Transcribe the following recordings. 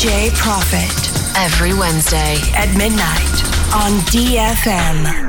DJ Profit every Wednesday at midnight on DFM.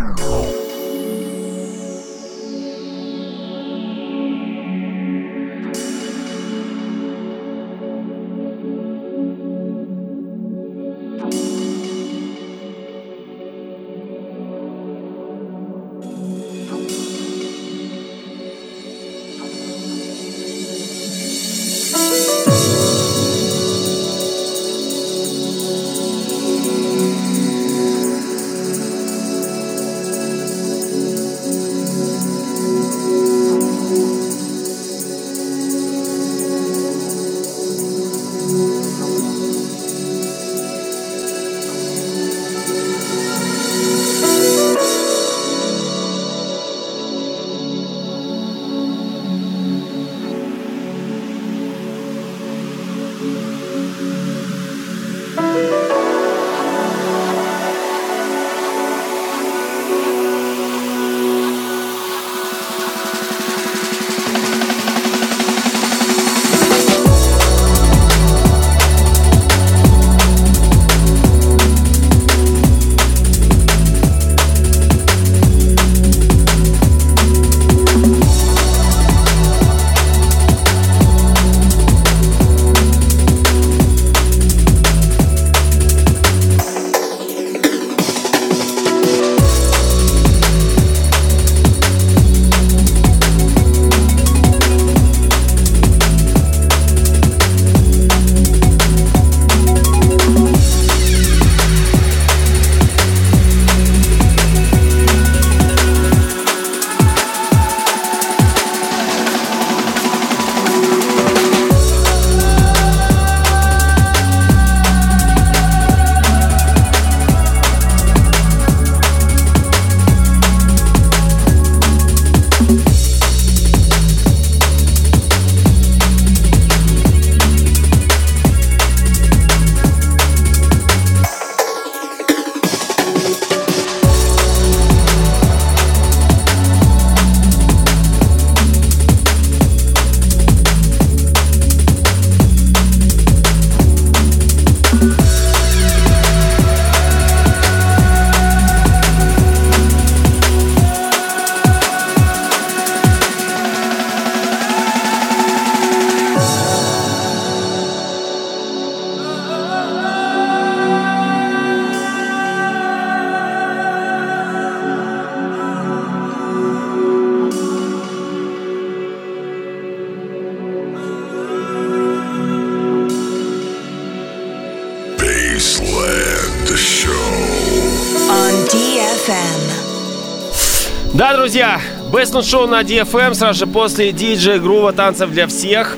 Да, друзья, Bassnote Show на DFM сразу же после диджея грува танцев для всех.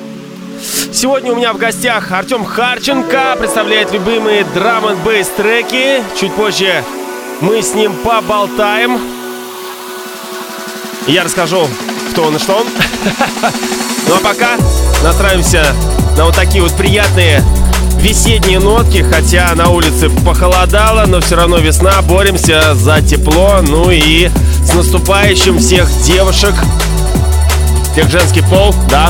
Сегодня у меня в гостях Артем Харченко, представляет любимые драм-н-бейс треки. Чуть позже мы с ним поболтаем. Я расскажу, кто он и что он. Ну а пока настраиваемся на вот такие вот приятные весенние нотки. Хотя на улице похолодало, но все равно весна. Боремся за тепло. Ну и с наступающим всех девушек, всех женский пол, да.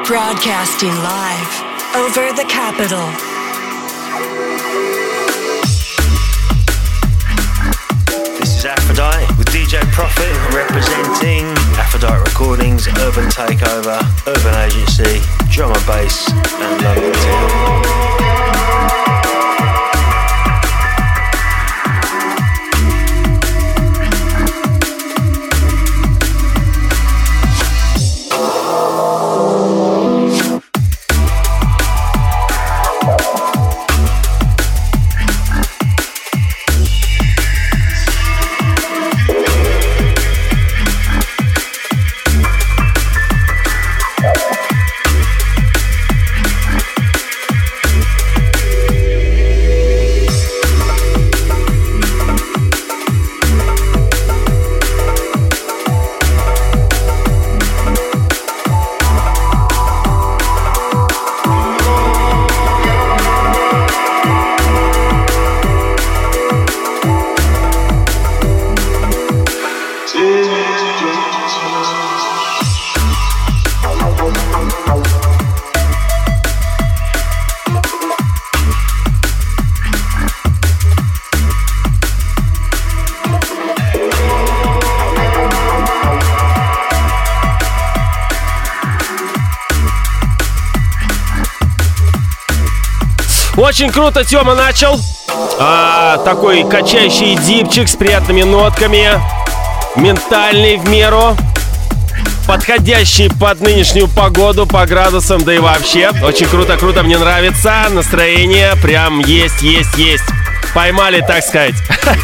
Broadcasting live over the capital. This is Aphrodite with DJ Profit representing Aphrodite Recordings, Urban Takeover, Urban Agency, Drum and Bass and London Town. Очень круто Тёма начал. Такой качающий дипчик с приятными нотками. Ментальный в меру. Подходящий под нынешнюю погоду, по градусам, да и вообще. Очень круто, мне нравится. Настроение прям есть. Поймали, так сказать.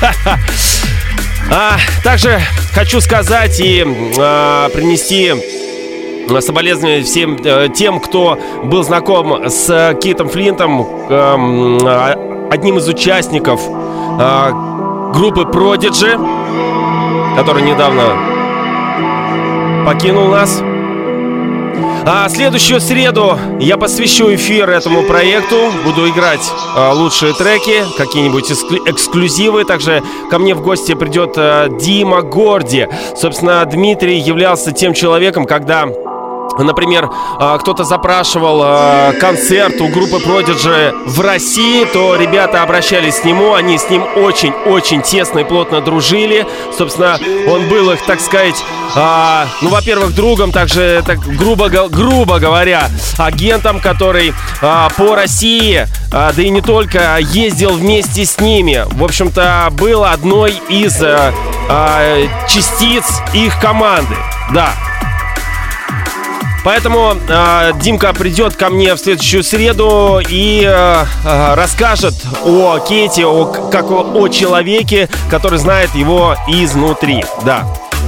Также хочу сказать и принести соболезнования всем тем, кто был знаком с Кейтом Флинтом, одним из участников группы Prodigy, который недавно покинул нас. Следующую среду я посвящу эфир этому проекту. Буду играть лучшие треки, какие-нибудь эксклюзивы. Также ко мне в гости придет Дима Горди. Собственно, Дмитрий являлся тем человеком, когда, например, кто-то запрашивал концерт у группы Prodigy в России, то ребята обращались к нему, они с ним очень тесно и плотно дружили. Собственно, он был их, так сказать, во-первых, другом, также, грубо говоря, агентом, который по России, да и не только, ездил вместе с ними. В общем-то, был одной из частиц их команды, да. Поэтому Димка придет ко мне в следующую среду и расскажет о Кейте, как о человеке, который знает его изнутри. Да.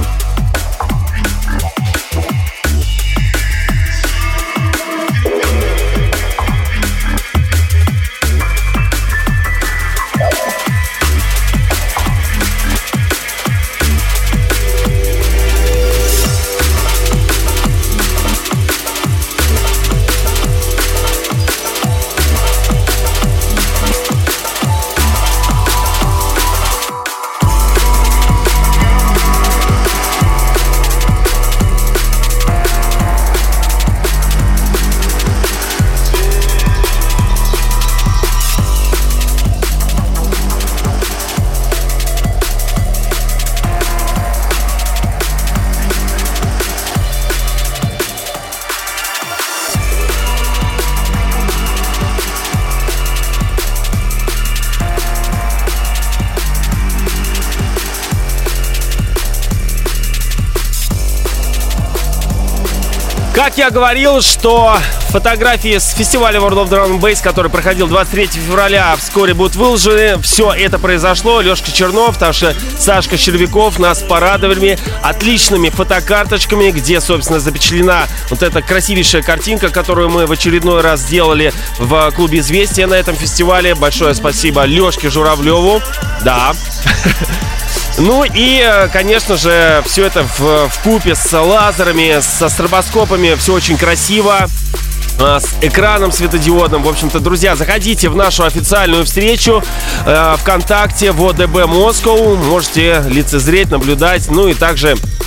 Как я говорил, что фотографии с фестиваля World of Drum and Bass, который проходил 23 февраля, вскоре будут выложены. Все это произошло. Лешка Чернов, Сашка Щербяков нас порадовали отличными фотокарточками, где, собственно, запечатлена вот эта красивейшая картинка, которую мы в очередной раз сделали в клубе «Известия» на этом фестивале. Большое спасибо Лешке Журавлеву. Да. Ну и, конечно же, все это вкупе с лазерами, со стробоскопами, все очень красиво, с экраном светодиодным. В общем-то, друзья, заходите в нашу официальную встречу ВКонтакте в ОДБ Москва. Можете лицезреть, наблюдать, ну и также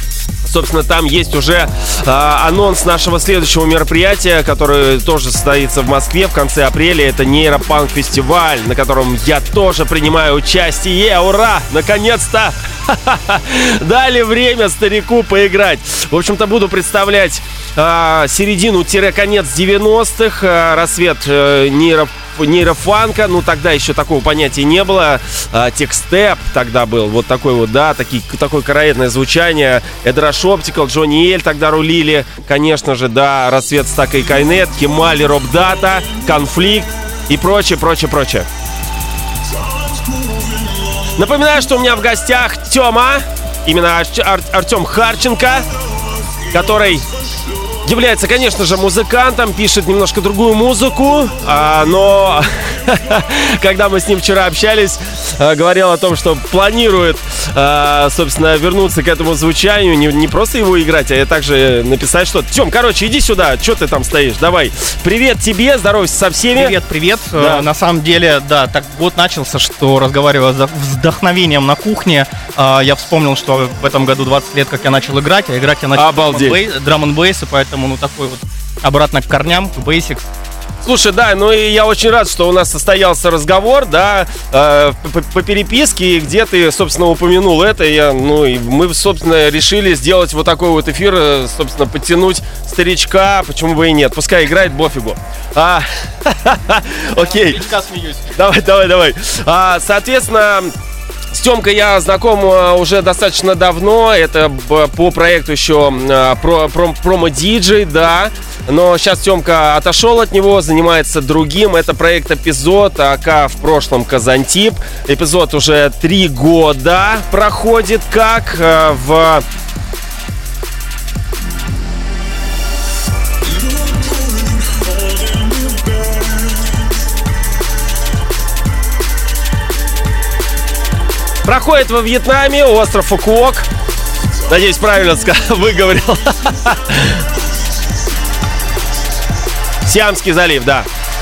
Собственно, там есть уже анонс нашего следующего мероприятия, которое тоже состоится в Москве в конце апреля. Это нейропанк-фестиваль, на котором я тоже принимаю участие. Ура! Наконец-то! Дали время старику поиграть. В общем-то, буду представлять середину-конец 90-х, рассвет нейрофанка. Ну, тогда еще такого понятия не было. Текстеп тогда был. Вот такой вот, да, такое короидное звучание. Эдруш Оптикал, Джонни Эль тогда рулили. Конечно же, да, рассвет Стака и Кайнет, Кемали, Роб Дата, Конфликт и прочее. Напоминаю, что у меня в гостях Тёма, именно Артём Харченко, который является, конечно же, музыкантом, пишет немножко другую музыку, но когда мы с ним вчера общались, говорил о том, что планирует, собственно, вернуться к этому звучанию, не просто его играть, а также написать что-то. Тём, короче, иди сюда, что ты там стоишь, давай. Привет тебе, здоровайся со всеми. Привет. Да. На самом деле, да, так год начался, что, разговаривая с вдохновением на кухне, я вспомнил, что в этом году 20 лет, как я начал играть, а играть я начал драм-н-бейс, и поэтому, такой вот обратно к корням, к basics. Слушай, да, ну и я очень рад, что у нас состоялся разговор, да, по переписке, где ты, собственно, упомянул это, и мы, собственно, решили сделать вот такой вот эфир, собственно, подтянуть старичка, почему бы и нет, пускай играет, пофигу. Окей. Старичка смеюсь. Давай. Соответственно, с Тёмкой я знаком уже достаточно давно. Это по проекту еще промо-диджей, да. Но сейчас Тёмка отошел от него, занимается другим. Это проект «Эпизод», АК в прошлом «Казантип». «Эпизод» уже 3 года проходит как в... Проходит во Вьетнаме, остров Фукуок. Надеюсь, правильно выговорил. Сиамский залив, да.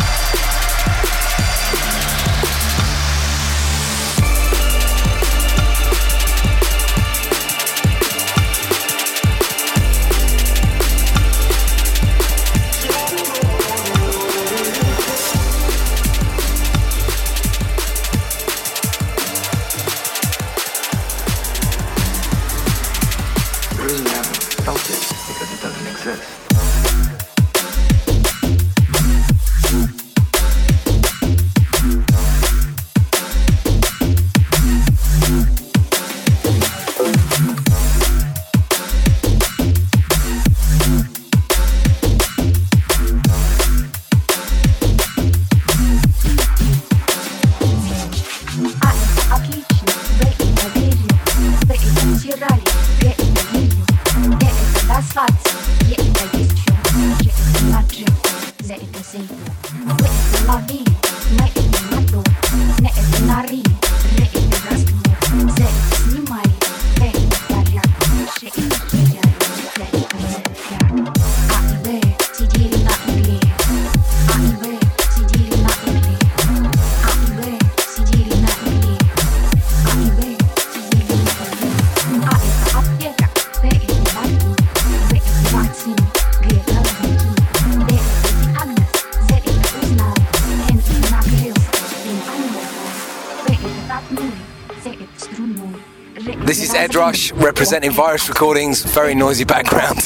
This is Edrush representing Virus Recordings, very noisy background.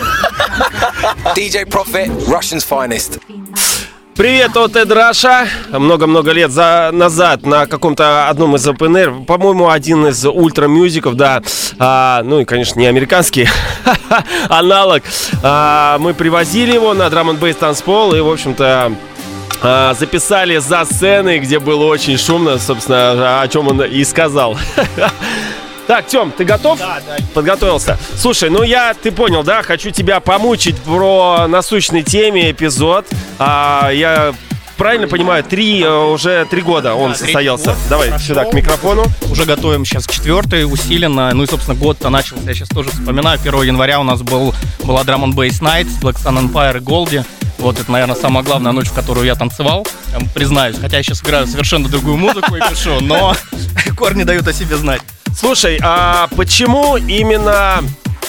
DJ Profit, Russian's finest. Привет от Эдраша. Много-много лет назад на каком-то одном из open-air, по-моему, один из ультра-мюзиков, да, ну и, конечно, не американский аналог. Мы привозили его на драм-н-бейс танцпол и, в общем-то, записали за сценой, где было очень шумно, собственно, о чем он и сказал. Так, Тём, ты готов? Да. Подготовился. Слушай, ты понял, да? Хочу тебя помучить про насущной теме «Эпизод». Я правильно понимаю, уже 3 года он состоялся. Давай прошел, сюда к микрофону. Уже готовим сейчас к 4-й, усиленно. Ну и, собственно, год-то начался, я сейчас тоже вспоминаю. 1 января у нас была Drum & Bass Night с Black Sun Empire и Голди. Вот это, наверное, самая главная ночь, в которую я танцевал, признаюсь. Хотя я сейчас играю совершенно другую музыку и пишу, но корни дают о себе знать. Слушай, а почему именно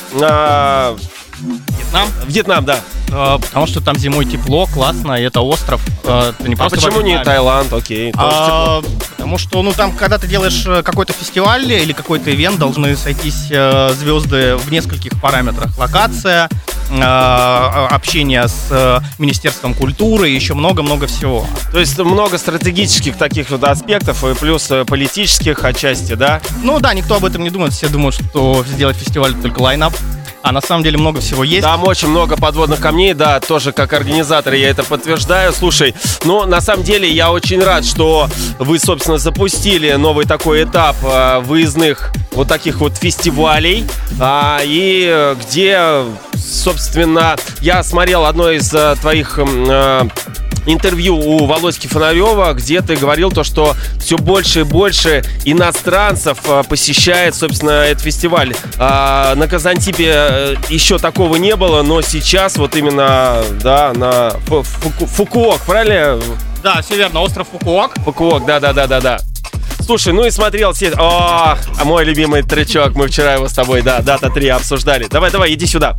Вьетнам, да. Потому что там зимой тепло, классно, и это остров. Это не просто почему не Таиланд? Окей, тоже тепло. Потому что, там, когда ты делаешь какой-то фестиваль или какой-то ивент, должны сойтись звезды в нескольких параметрах. Локация, общение с Министерством культуры и еще много-много всего. То есть много стратегических таких вот аспектов и плюс политических отчасти, да? Да, никто об этом не думает. Все думают, что сделать фестиваль — только лайнап. А на самом деле много всего есть. Там очень много подводных камней, да, тоже как организатор я это подтверждаю. Слушай, на самом деле я очень рад, что вы, собственно, запустили новый такой этап выездных вот таких вот фестивалей, и где, собственно, я смотрел одно из твоих интервью у Володьки Фонарева, где ты говорил то, что все больше и больше иностранцев посещает, собственно, этот фестиваль. На Казантипе еще такого не было, но сейчас вот именно, да, на Фукуок, правильно? Да, все верно, остров Фукуок. Фукуок, да. Слушай, и смотрел все... мой любимый тречок, мы вчера его с тобой, да, Data 3 обсуждали. Давай, иди сюда.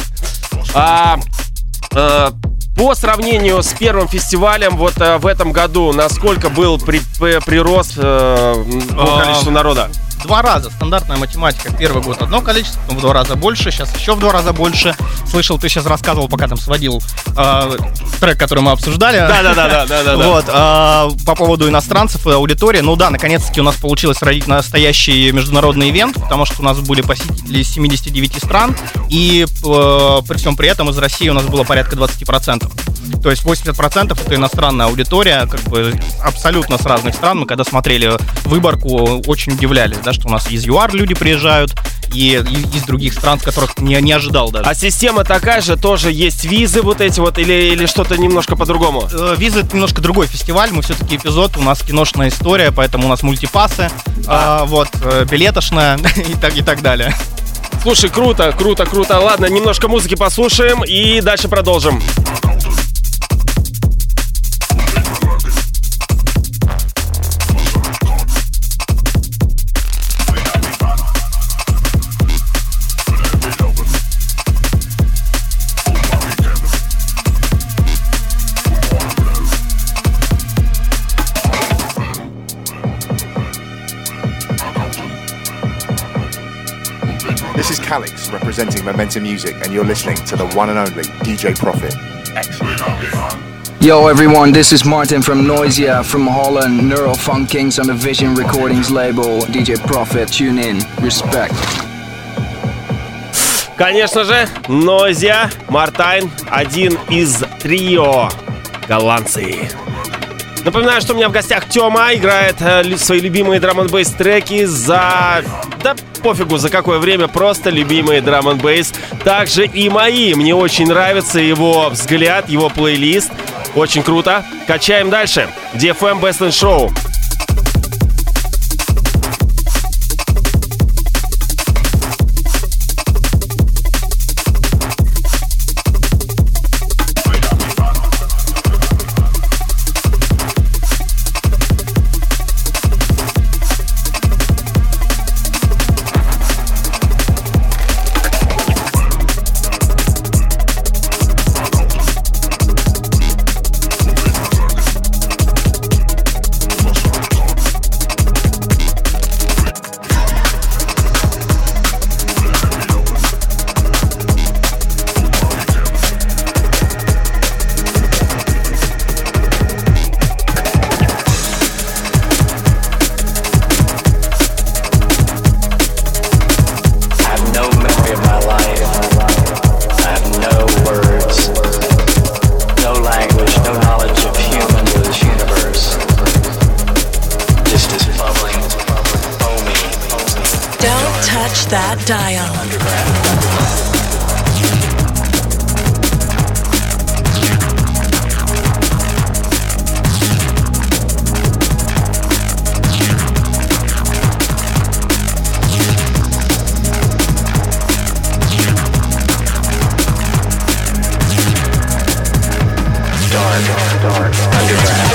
По сравнению с первым фестивалем вот в этом году, насколько был прирост по количеству народа? 2 раза. Стандартная математика. Первый год одно количество, потом в 2 раза больше, сейчас еще в 2 раза больше. Слышал, ты сейчас рассказывал, пока там сводил трек, который мы обсуждали. Да. Вот, по поводу иностранцев и аудитории. Наконец-таки у нас получилось родить настоящий международный ивент, потому что у нас были посетители из 79 стран, и при всем при этом из России у нас было порядка 20%. То есть 80% это иностранная аудитория, абсолютно с разных стран. Мы когда смотрели выборку, очень удивлялись, да, что у нас из ЮАР люди приезжают, и из других стран, с которых не ожидал даже. А система такая же, тоже есть визы вот эти вот, или что-то немножко по-другому? Визы — это немножко другой фестиваль, мы все-таки эпизод, у нас киношная история, поэтому у нас мультипассы, билетошная и так далее. Слушай, круто. Ладно, немножко музыки послушаем и дальше продолжим. This is Calix representing Momentum Music, and you're listening to the one and only DJ Profit. Yo everyone, this is Martin from Noisia from Holland, Neural Funk Kings on the Vision Recordings label. DJ Profit, tune in, respect. Конечно же, Noisia, Мартайн, один из трио голландцы. Напоминаю, что у меня в гостях Тёма, играет свои любимые драм-н-бейс треки за... Да пофигу за какое время, просто любимые драм-н-бейс. Также и мои. Мне очень нравится его взгляд, его плейлист. Очень круто. Качаем дальше. DFM Best in Show. That dial. Dark, underground.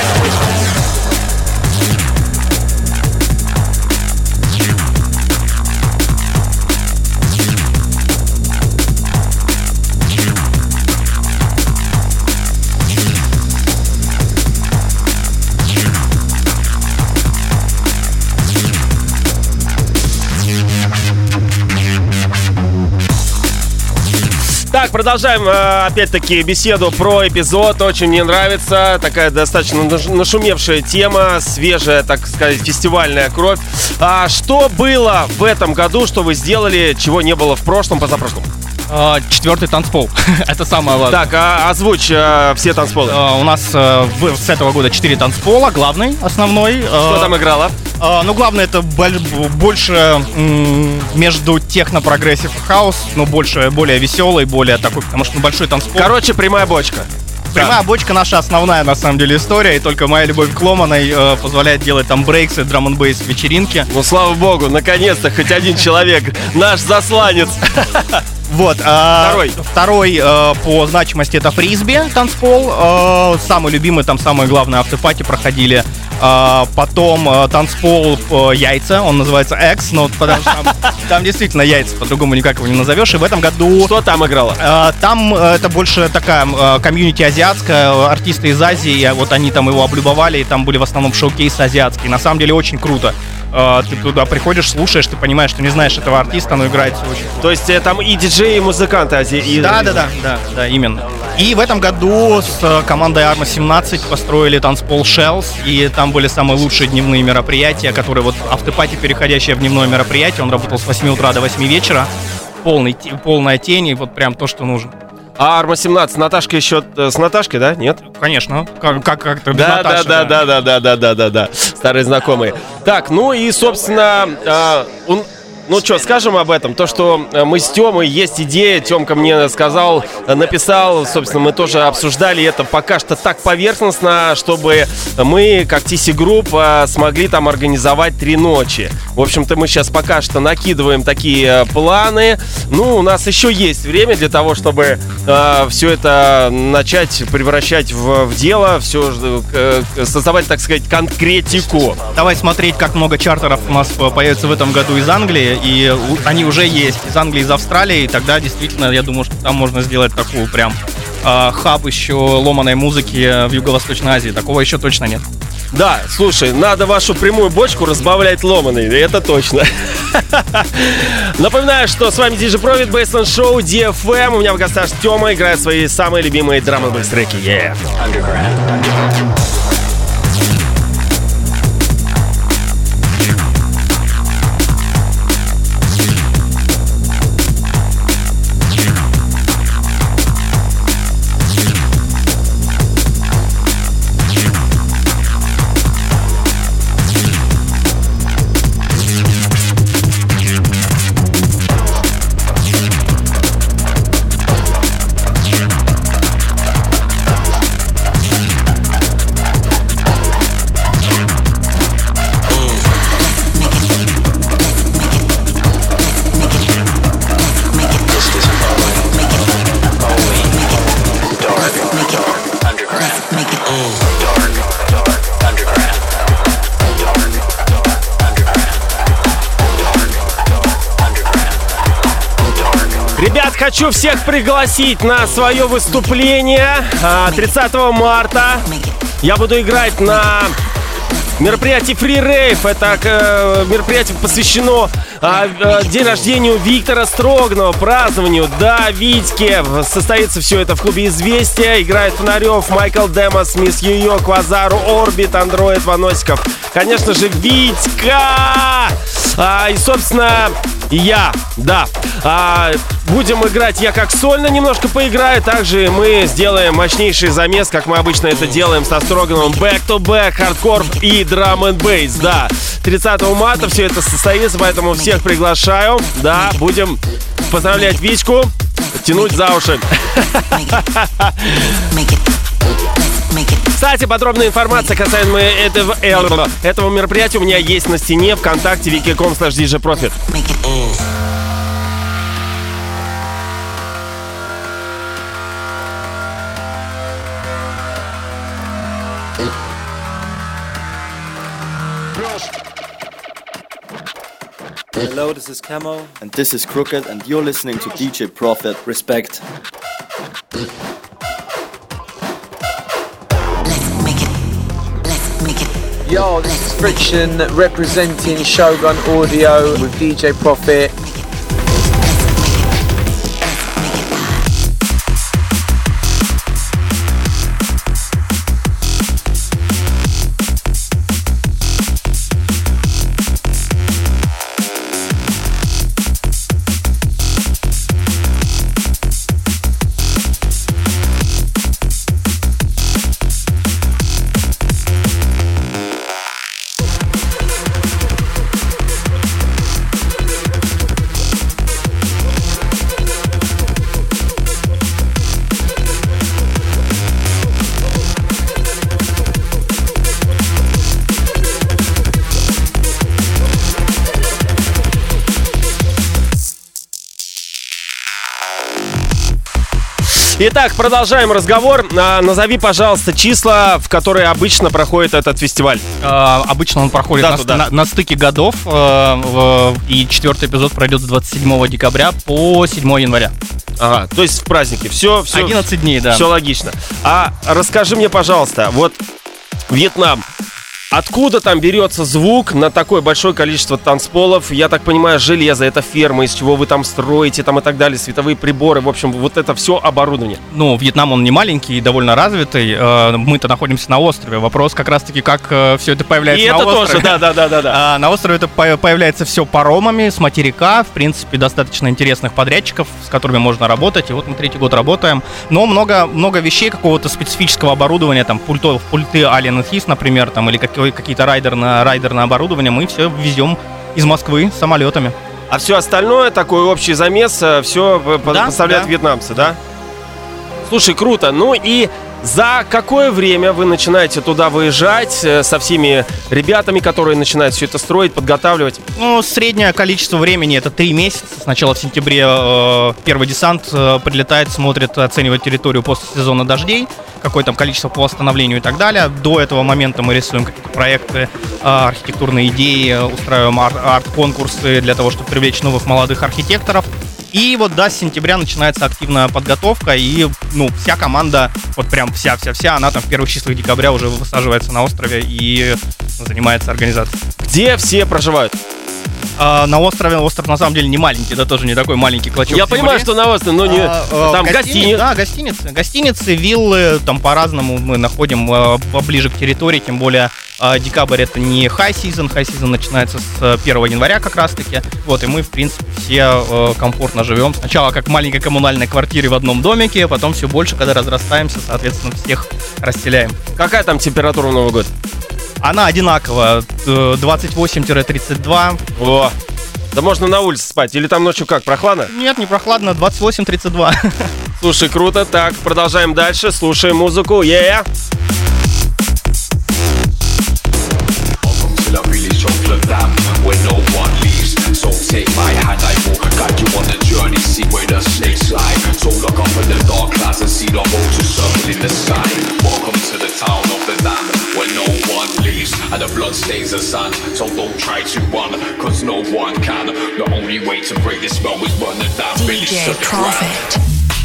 продолжаем, опять-таки, беседу про эпизод. Очень мне нравится. Такая достаточно нашумевшая тема, свежая, так сказать, фестивальная кровь. А что было в этом году, что вы сделали, чего не было в прошлом, позапрошлом? 4-й танцпол. Это самое важное. Так, озвучь все танцполы. У нас с этого года 4 танцпола. Главный, основной. Что там играло? Ну, главное, это больше между техно-прогрессив и хаус, но более веселый, более такой, потому что большой танцпол. Короче, прямая бочка. Прямая бочка наша основная, на самом деле, история, и только моя любовь к ломаной позволяет делать там брейксы, драм-н-бейс вечеринки. Ну, слава богу, наконец-то хоть один человек, наш засланец. Вот, второй по значимости это фрисби танцпол, самый любимый, там самые главные автопати проходили. Потом танцпол яйца, он называется X, но потому что там действительно яйца, по-другому никак его не назовешь. И в этом году... Что там играло? Там это больше такая комьюнити азиатская, артисты из Азии, вот они там его облюбовали, и там были в основном шоу-кейсы азиатские. На самом деле очень круто. Ты туда приходишь, слушаешь, ты понимаешь, что не знаешь этого артиста, но играет все очень круто. То есть там и диджеи, и музыканты азиатские? Да, именно. И в этом году с командой Arma 17 построили танцпол Shells, и там были самые лучшие дневные мероприятия, которые вот автопати, переходящее в дневное мероприятие, он работал с 8 утра до 8 вечера, полная тень, и вот прям то, что нужно. А Arma 17, Наташка еще с Наташкой, да? Нет? Конечно. Как-то без Наташи. Да. Старые знакомые. Так, ну и, собственно, ну что, скажем об этом. То, что мы с Тёмой, есть идея, Тёмка мне сказал, написал, собственно, мы тоже обсуждали это пока что так поверхностно, чтобы мы, как TC Group, смогли там организовать 3 ночи. В общем-то, мы сейчас пока что накидываем такие планы. Ну, у нас еще есть время для того, чтобы все это начать превращать в дело, все создавать, так сказать, конкретику. Давай смотреть, как много чартеров у нас появится в этом году из Англии. И они уже есть из Англии, из Австралии, и тогда действительно, я думаю, что там можно сделать такую прям хаб еще ломаной музыки в Юго-Восточной Азии. Такого еще точно нет. Да, слушай, надо вашу прямую бочку разбавлять ломаной, это точно. Напоминаю, что с вами DJ Profit, Bassline Show, DFM. У меня в гостях Тёма играет свои самые любимые драм-н-бейс треки. Ребят, хочу всех пригласить на свое выступление 30 марта. Я буду играть на мероприятии Free Rave. Это мероприятие посвящено день рождения Виктора Строганова, празднованию. Да, Витьке. Состоится все это в клубе «Известия». Играет Фонарев, Майкл Демос, Мисс Йо-Йо, Квазару, Орбит, Андроид, Ваносиков. Конечно же, Витька! И, собственно, я, да. Будем играть, я как сольно немножко поиграю. Также мы сделаем мощнейший замес, как мы обычно это делаем со Строгановым. Back-to-back, хардкор и драм-н-бейс, да. 30 марта все это состоится, поэтому всех приглашаю. Да, будем поздравлять Витьку, тянуть за уши. Кстати, подробная информация касаемо этого мероприятия у меня есть на стене ВКонтакте wiki.com/DJProfit. Hello, this is Camo. And this is Crooked, and you're listening to DJ Profit. Respect. Yo, this is Friction representing Shogun Audio with DJ Profit. Итак, продолжаем разговор. Назови, пожалуйста, числа, в которые обычно проходит этот фестиваль. Обычно он проходит на стыке годов, и 4-й эпизод пройдет с 27 декабря по 7 января. Ага, то есть в празднике. Все 11 дней, да. Все логично. А расскажи мне, пожалуйста, вот Вьетнам. Откуда там берется звук на такое большое количество танцполов? Я так понимаю, железо, это ферма, из чего вы там строите там и так далее, световые приборы, в общем, вот это все оборудование. Ну, Вьетнам, он не маленький и довольно развитый. Мы-то находимся на острове. Вопрос как раз-таки, как все это появляется на острове. И это тоже, да. На острове это появляется все паромами с материка. В принципе, достаточно интересных подрядчиков, с которыми можно работать. И вот мы 3-й год работаем. Но много вещей, какого-то специфического оборудования, там пульты Alien His, например, там, или какие-то райдерное оборудование, мы все везем из Москвы самолетами. А все остальное, такой общий замес, все поставляют вьетнамцы, да? Слушай, круто. Ну и за какое время вы начинаете туда выезжать со всеми ребятами, которые начинают все это строить, подготавливать? Ну, среднее количество времени — это 3 месяца. Сначала в сентябре первый десант прилетает, смотрит, оценивает территорию после сезона дождей, какое там количество по восстановлению и так далее. До этого момента мы рисуем какие-то проекты, архитектурные идеи, устраиваем арт-конкурсы для того, чтобы привлечь новых молодых архитекторов. И вот, да, с сентября начинается активная подготовка, и, вся команда, вот прям вся, она там в первых числах декабря уже высаживается на острове и занимается организацией. Где все проживают? На острове, остров на самом деле не маленький, да, тоже не такой маленький клочок. Я понимаю, что на острове, но не... Там гостиницы. Да, гостиницы, виллы, там по-разному мы находим поближе к территории, тем более декабрь — это не high-season начинается с 1 января как раз-таки. Вот, и мы, в принципе, все комфортно живем. Сначала как в маленькой коммунальной квартире в одном домике, потом все больше, когда разрастаемся, соответственно, всех расселяем. Какая там температура в Новый год? Она одинакова, 28-32. О, да можно на улице спать, или там ночью как, прохладно? Нет, не прохладно, 28-32. Слушай, круто, так, продолжаем дальше, слушаем музыку, Where no one leaves, so take my hand, I will guide you on the journey, see where the snakes lie. So look up in the dark clouds and see the vultures circle in the sky. Welcome to the town of the damned, where no one leaves, and the blood stains the sand. So don't try to run, cause no one can. The only way to break this spell is burn it down. DJ Prophet.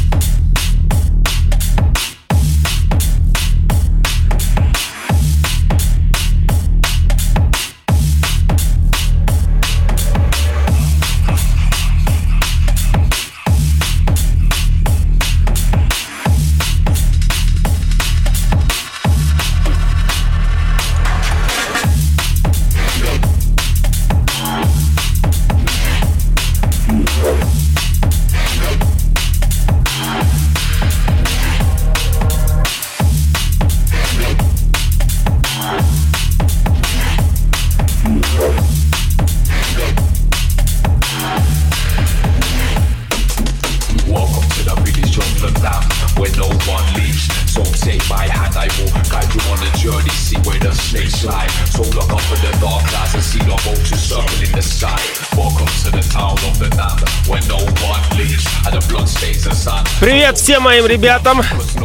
Привет всем моим ребятам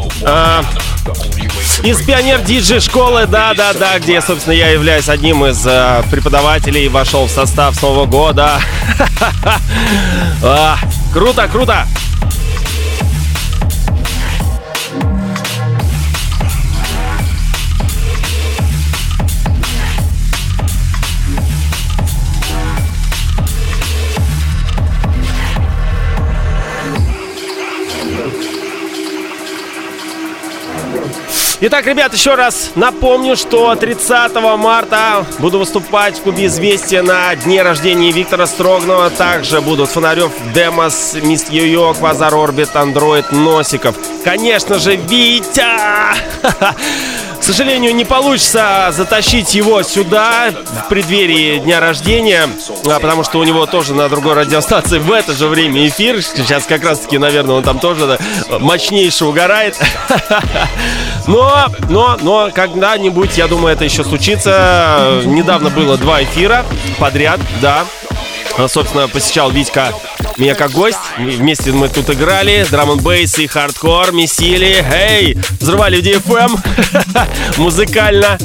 из Пионер-диджей школы, да, где, собственно, я являюсь одним из преподавателей, вошел в состав с Нового года. Круто! Итак, ребят, еще раз напомню, что 30 марта буду выступать в клубе «Известия» на дне рождения Виктора Строгнова. Также будут Фонарев, Демос, Мисс Йо-Йо, Квазар Орбит, Андроид, Носиков. Конечно же, Витя! К сожалению, не получится затащить его сюда в преддверии дня рождения, потому что у него тоже на другой радиостанции в это же время эфир. Сейчас как раз-таки, наверное, он там тоже мощнейше угорает. Но когда-нибудь, я думаю, это еще случится. Недавно было 2 эфира подряд, да. собственно, посещал Витька меня как гость. Вместе мы тут играли. Драм-н-бейс и хардкор месили. Эй, взрывали в DFM. Музыкально.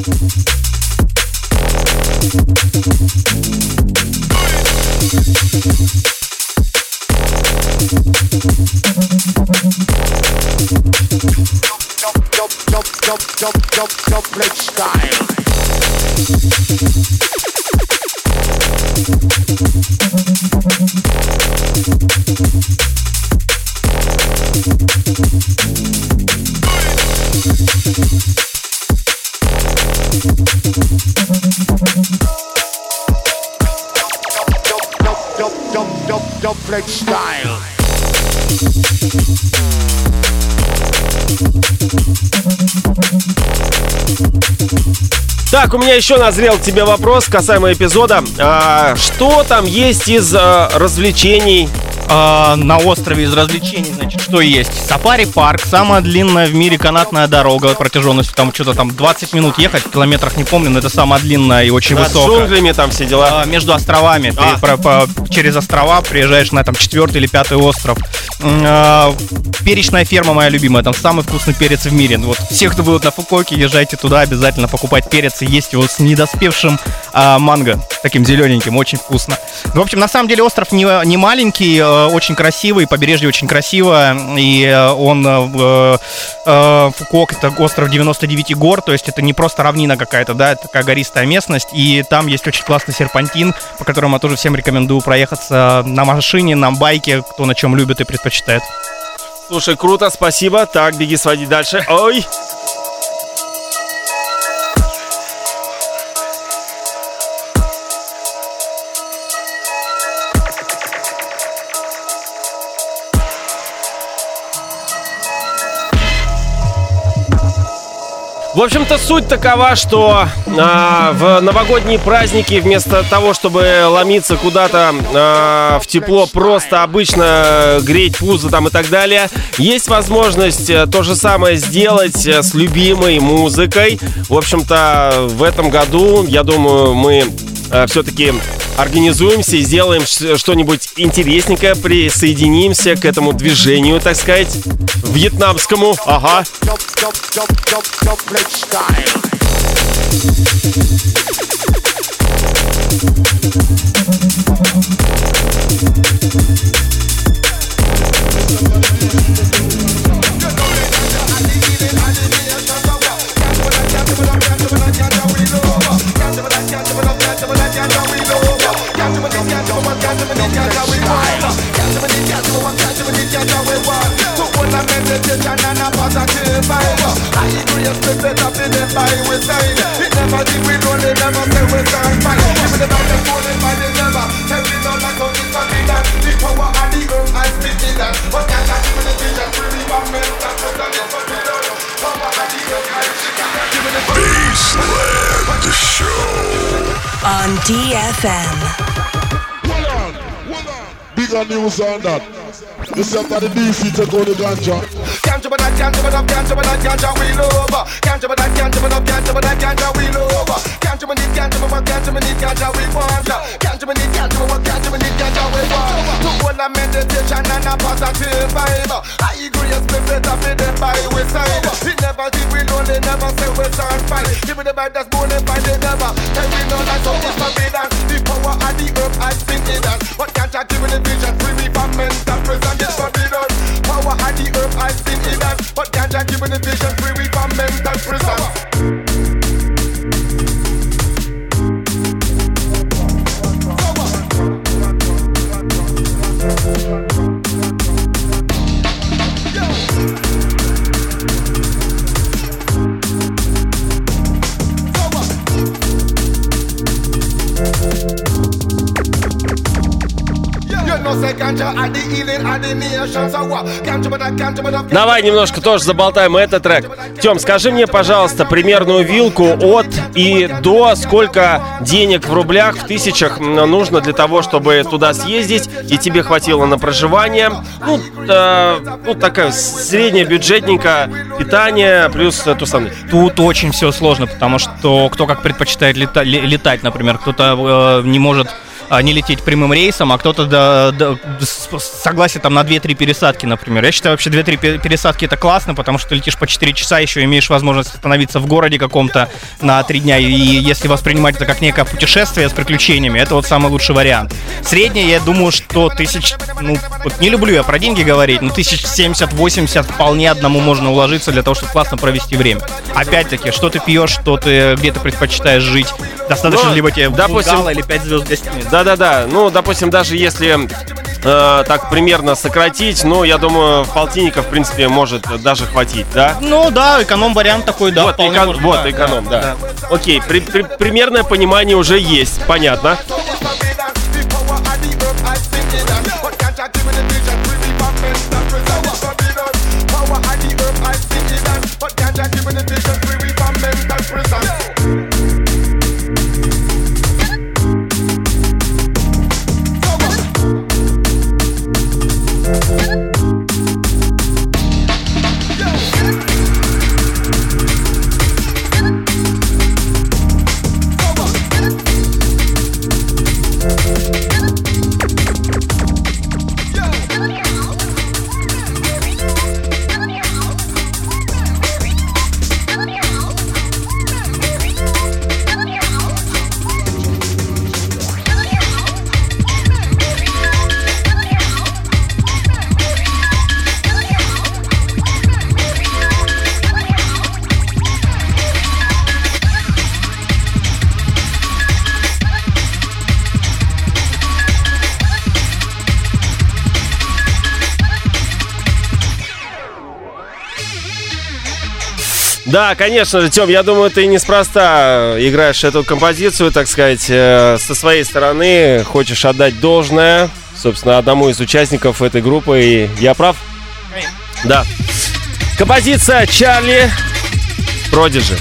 Так, у меня еще назрел к тебе вопрос касаемо эпизода. Что там есть из развлечений? На острове из развлечений, значит, что есть? Сафари-парк, самая длинная в мире канатная дорога, протяженностью там что-то там 20 минут ехать, в километрах не помню, но это самая длинная и очень высокая. Над джунглями там все дела? Между островами, через острова приезжаешь на там 4-й или 5-й остров. Перечная ферма моя любимая, там самый вкусный перец в мире. Вот все, кто будет на Фукуоке, езжайте туда, обязательно покупать перец и есть его с недоспевшим манго, таким зелененьким, очень вкусно. В общем, на самом деле остров не маленький, очень красивый, побережье очень красивое, и он, Фукуок, это остров 99 гор, то есть это не просто равнина какая-то, да, это такая гористая местность, и там есть очень классный серпантин, по которому я тоже всем рекомендую проехаться на машине, на байке, кто на чем любит и предпочитает. Слушай, круто, спасибо. Так, беги сводить дальше. Ой! В общем-то, суть такова, что в новогодние праздники вместо того, чтобы ломиться куда-то в тепло, просто обычно греть пузо там и так далее, есть возможность то же самое сделать с любимой музыкой. В общем-то, в этом году, я думаю, мы все-таки организуемся и сделаем что-нибудь интересненькое, присоединимся к этому движению, так сказать, вьетнамскому. Ага. Baseland Show on DFM. Bigger news on that. This after the DC take on the ganja. Can't jump that, can't jump up, can't jump that, ganja we love. Can't jump that, can't jump up, can't jump that, ganja we love. Can't jump it, can't jump up, can't jump it, ganja we want. Can't jump it, can't jump up, can't jump it, ganja we want. To all the meditation and a positive vibe. I agree, it's better for them by we side. It never did we lonely, never say we start fight. Give me the vibe that's born and find it never. Tell me no lies, so it's forbidden. The power of the earth, I think it does. But ganja give me the vision, free me from mental prison, it's forbidden. Power of the earth, I think it does. But ganja give me the vision, free me from mental prison. Давай немножко тоже заболтаем этот трек. Тём, скажи мне, пожалуйста, примерную вилку от и до, сколько денег в рублях, в тысячах нужно для того, чтобы туда съездить, и тебе хватило на проживание. Ну, такая средняя бюджетненькая, питание плюс тусаны. Тут очень все сложно, потому что кто как предпочитает летать, например, кто-то не может не лететь прямым рейсом, а кто-то согласен там на 2-3 пересадки, например. Я считаю, вообще 2-3 пересадки это классно, потому что ты летишь по 4 часа, еще имеешь возможность остановиться в городе каком-то на 3 дня, и если воспринимать это как некое путешествие с приключениями, это вот самый лучший вариант. Среднее, я думаю, что вот не люблю я про деньги говорить, но 1070-80 вполне одному можно уложиться для того, чтобы классно провести время. Опять-таки, что ты пьешь, где ты предпочитаешь жить, достаточно либо тебе бунгало или 5 звезд гостиницы. Да-да-да, допустим, даже если так примерно сократить, я думаю, полтинника, в принципе, может даже хватить, да? Эконом-вариант такой, да. Эконом, да. Окей, примерное понимание уже есть, понятно. Да, конечно же, Тём, я думаю, ты неспроста играешь эту композицию, так сказать, со своей стороны, хочешь отдать должное, собственно, одному из участников этой группы, и я прав? Да. Композиция Чарли Продиджи.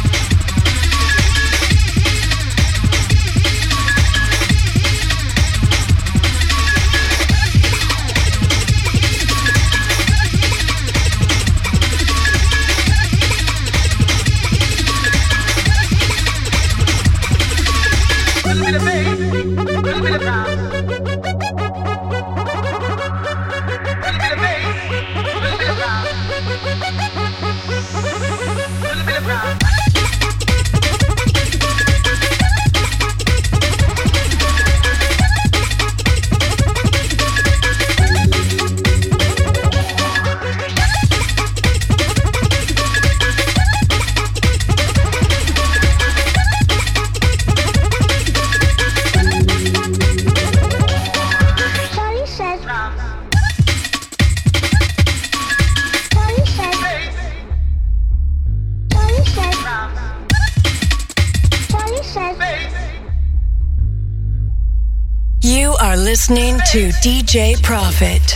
You are listening to DJ Profit.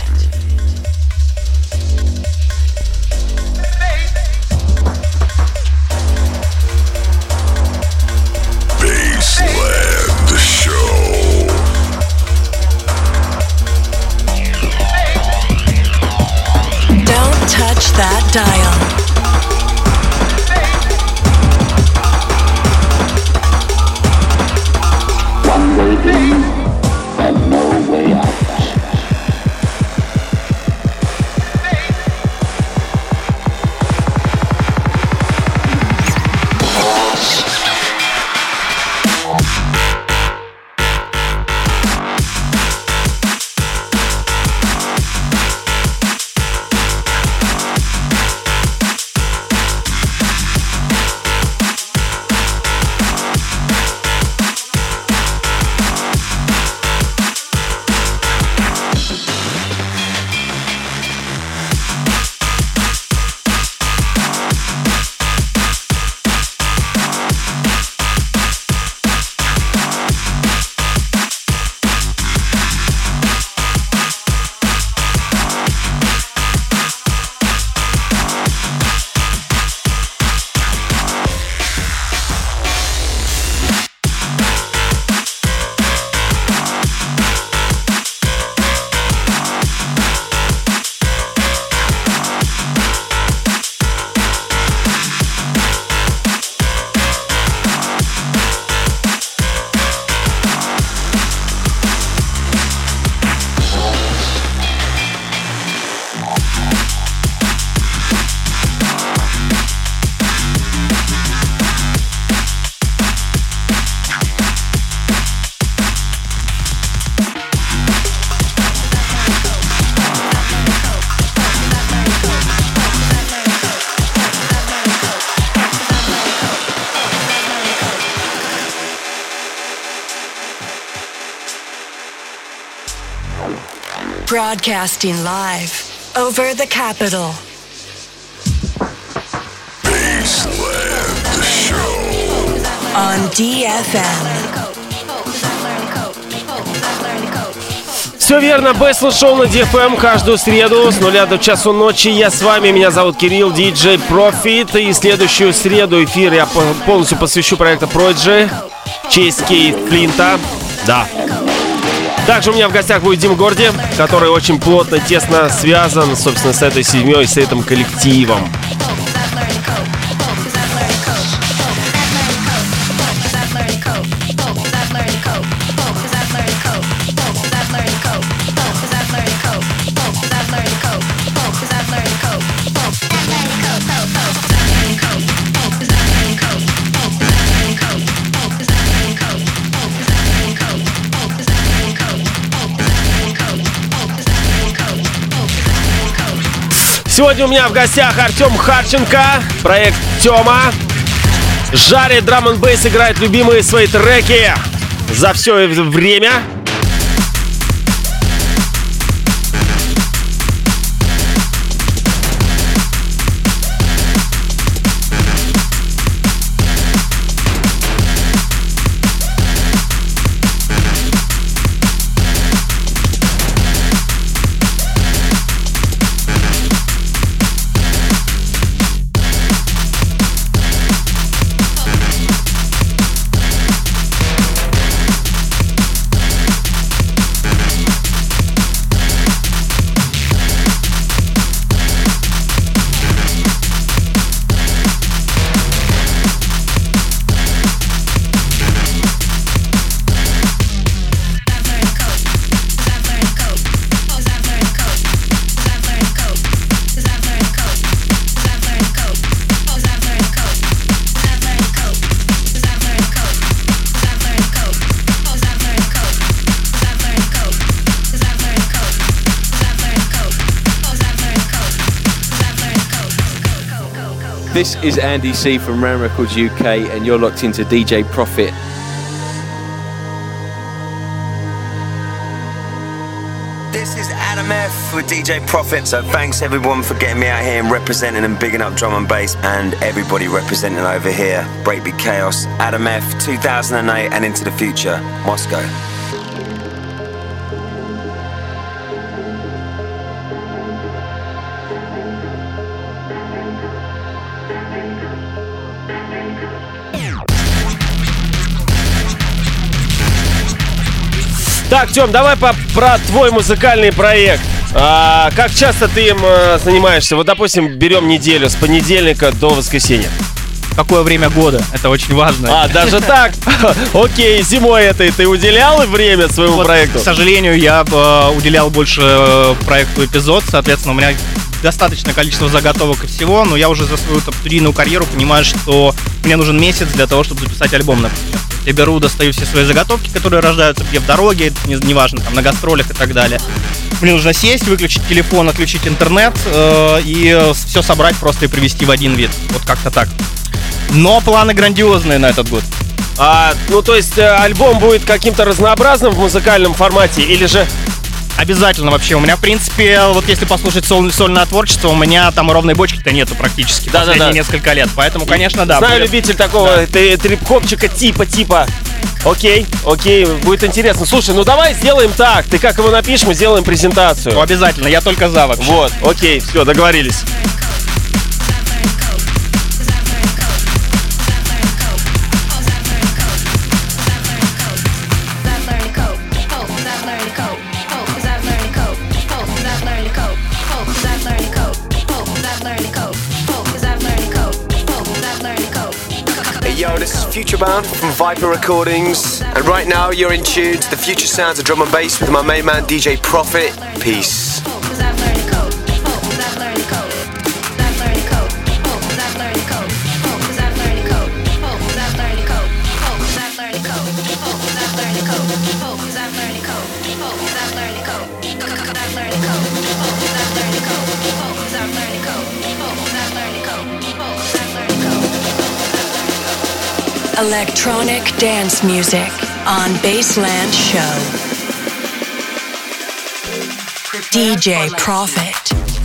Baseland Show. Don't touch that dial. One way in and no way out. Broadcasting live over the capital. Baseland Show on DFM. Все верно, Baseland Show на DFM каждую среду с 0 до часу ночи. Я с вами, меня зовут Кирилл, DJ Profit. И следующую среду эфир я полностью посвящу проекту Prodigy, в честь Кейт Флинта. Да. Также у меня в гостях будет Дим Горди, который очень плотно, тесно связан, собственно, с этой семьей, с этим коллективом. Сегодня у меня в гостях Артем Харченко, проект Тёма. Жарит драм-н-бейс, играет любимые свои треки за все время. This is Andy C from Ram Records UK, and you're locked into DJ Profit. This is Adam F with DJ Profit. So thanks everyone for getting me out here and representing and bigging up drum and bass, and everybody representing over here. Breakbeat Chaos, Adam F, 2008 and into the future, Moscow. Так, Тём, давай про твой музыкальный проект. Как часто ты им занимаешься? Вот, допустим, берем неделю с понедельника до воскресенья. Какое время года? Это очень важно. Даже так? Окей, зимой этой ты уделял время своему проекту? К сожалению, я уделял больше проекту «Эпизод». Соответственно, у меня достаточное количество заготовок и всего, но я уже за свою студийную карьеру понимаю, что мне нужен месяц для того, чтобы записать альбом, например. Я беру, достаю все свои заготовки, которые рождаются где в дороге, неважно, там, на гастролях и так далее. Мне нужно сесть, выключить телефон, отключить интернет и все собрать просто и привести в один вид. Вот как-то так. Но планы грандиозные на этот год. Ну, то есть альбом будет каким-то разнообразным в музыкальном формате или же... Обязательно вообще. У меня, в принципе, вот если послушать сольное творчество, у меня там ровной бочки-то нету практически последние несколько лет. Поэтому, конечно, да. Знаю любитель такого трип-хопчика типа. Окей, будет интересно. Слушай, ну давай сделаем так. Ты как его напишешь, мы сделаем презентацию. Ну, обязательно, я только за вообще. Вот, окей, все, договорились. Yo, this is Futurebound from Viper Recordings, and right now you're in tune to the future sounds of drum and bass with my main man DJ Profit. Peace. Electronic dance music on Baseland Show. DJ Profit.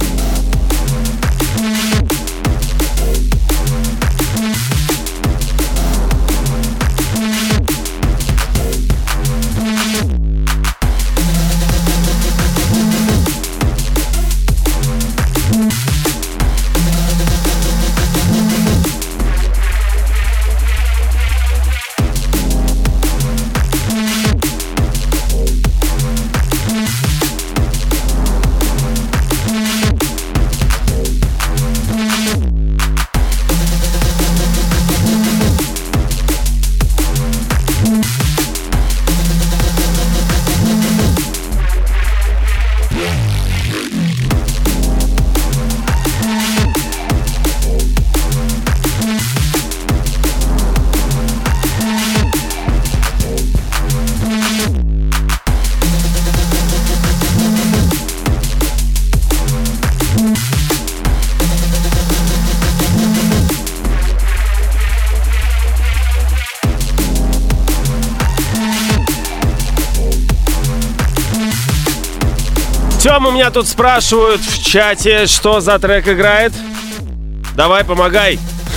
Тём, у меня тут спрашивают в чате, что за трек играет. Давай, помогай.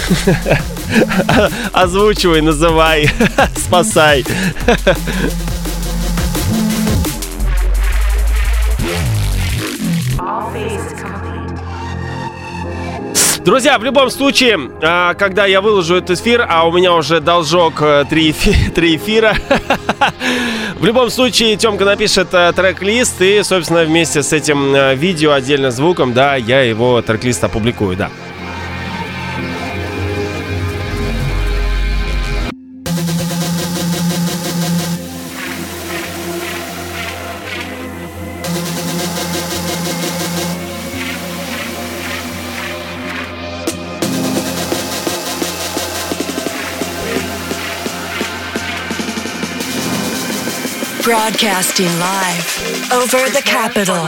Озвучивай, называй, спасай. Друзья, в любом случае, когда я выложу этот эфир, а у меня уже должок 3 эфира, в любом случае, Тёмка напишет трек-лист, и, собственно, вместе с этим видео, отдельно звуком, да, я его трек-лист опубликую, да. Broadcasting live over the capital.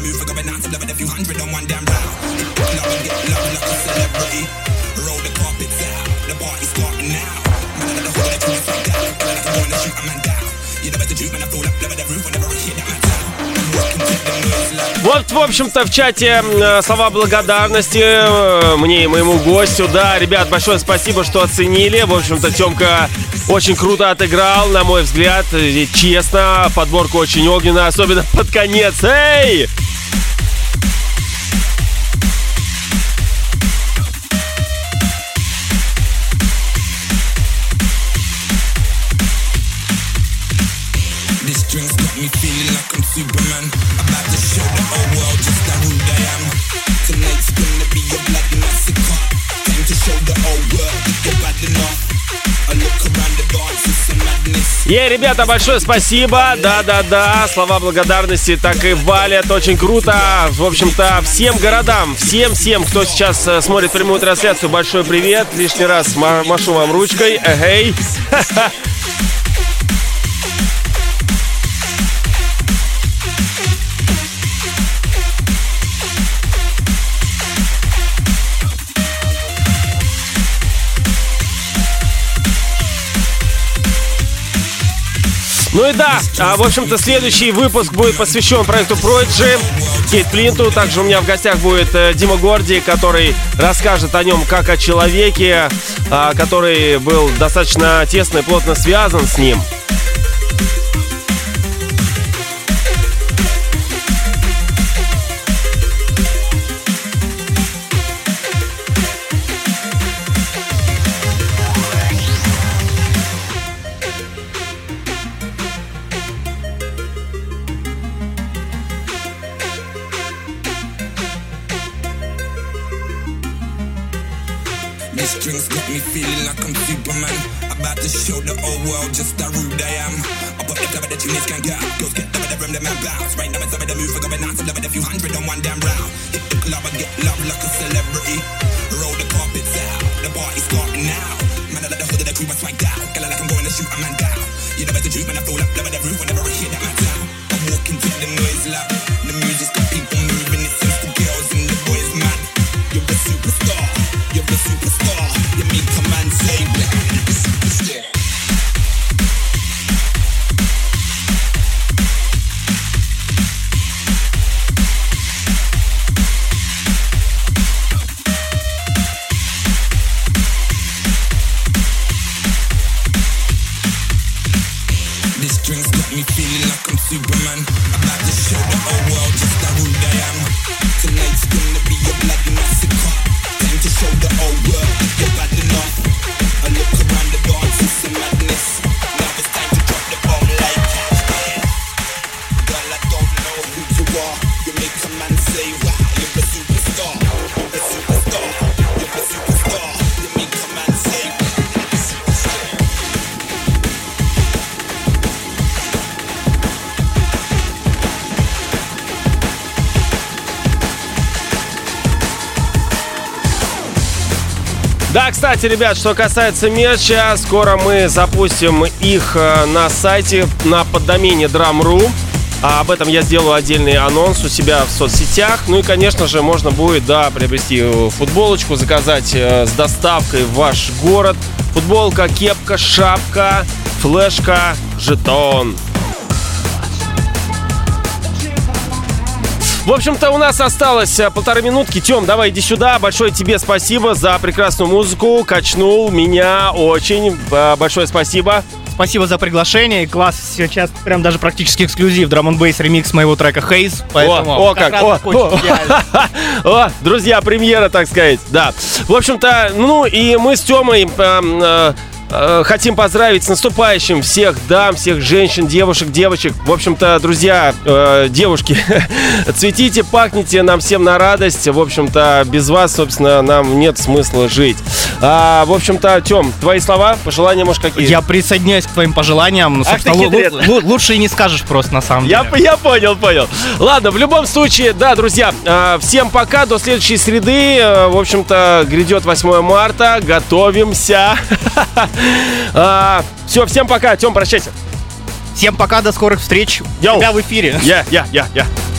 move for going out to live with a few hundred on one damn round. Love and get love like a celebrity. Roll the carpets out, the party's starting now. Man, I got the whole of the truth like that. And I can go and shoot a man down. You know better truth, man, I fall up, love at the roof whenever I hear that man down. I'm walking to the noise like. Вот, в общем-то, в чате слова благодарности мне и моему гостю. Да, ребят, большое спасибо, что оценили. В общем-то, Тёмка очень круто отыграл, на мой взгляд. И честно, подборка очень огненная, особенно под конец. Эй! This drink's got me feeling like I'm Superman. About to show the whole world just how rude I am. Tonight's gonna be a bloody massacre. Time to show the whole world that you're bad enough. I look around the dance, it's some madness. Ребята, большое спасибо. Да-да-да, слова благодарности так и валят. Очень круто. В общем-то, всем городам, всем, кто сейчас смотрит прямую трансляцию, большой привет. Лишний раз машу вам ручкой. Эгей. Ну и да, в общем-то, следующий выпуск будет посвящен проекту Prodigy, Кейт Флинту. Также у меня в гостях будет Дима Горди, который расскажет о нем как о человеке, который был достаточно тесно и плотно связан с ним. This drink's got me feeling like I'm Superman. About to show the whole world just how rude I am. I put the club at the tunes can get out. Girls get up at the room, the man bounce. Right now it's over the move for going out to live with a few hundred on one damn round. Hit the club and get love like a celebrity. Roll the carpets out, the party's starting now. Man, I let the hood of the crew I swag down. Girl, I like I'm going to shoot a man down. You know better truth, man, I fall up, love at the roof whenever I hear that man down. I'm walking to the noise loud. The music's got people moving, it seems the girls and the boys mad. You're the superstar, you're the superstar. You mean come and say that. This drink's got me feeling like I'm Superman. About to show the whole world just how rude I am. Tonight's gonna be a bloody massacre. Time to show the whole world that you're bad enough. I look around the dance, it's some madness. Now it's time to drop the bomb like that. Girl, I don't know who you are. You make a man say, wow, you're a superstar. You're a superstar. You're a superstar. You make a man say, Да, кстати, ребят, что касается мерча, скоро мы запустим их на сайте, на поддомене Drum.ru. Об этом я сделаю отдельный анонс у себя в соцсетях. Ну и, конечно же, можно будет, да, приобрести футболочку, заказать с доставкой в ваш город. Футболка, кепка, шапка, флешка, жетон. В общем-то, у нас осталось полторы минутки. Тём, давай иди сюда. Большое тебе спасибо за прекрасную музыку. Качнул меня очень. Большое спасибо. Спасибо за приглашение. Класс, сейчас прям даже практически эксклюзив. Драм-н-бейс ремикс моего трека Haze. О, друзья, премьера, так сказать. Да. В общем-то, ну и мы с Тёмой хотим поздравить с наступающим всех дам, всех женщин, девушек, девочек. В общем-то, друзья, девушки, цветите, пахните нам всем на радость. В общем-то, без вас, собственно, нам нет смысла жить. В общем-то, Тём, твои слова, пожелания, может, какие? Я присоединяюсь к твоим пожеланиям. Ну, лучше и не скажешь просто, на самом деле. Я понял. Ладно, в любом случае, да, друзья, всем пока, до следующей среды. В общем-то, грядет 8 марта, готовимся. Все, всем пока. Тём, прощайся. Всем пока, до скорых встреч. У тебя в эфире. Я.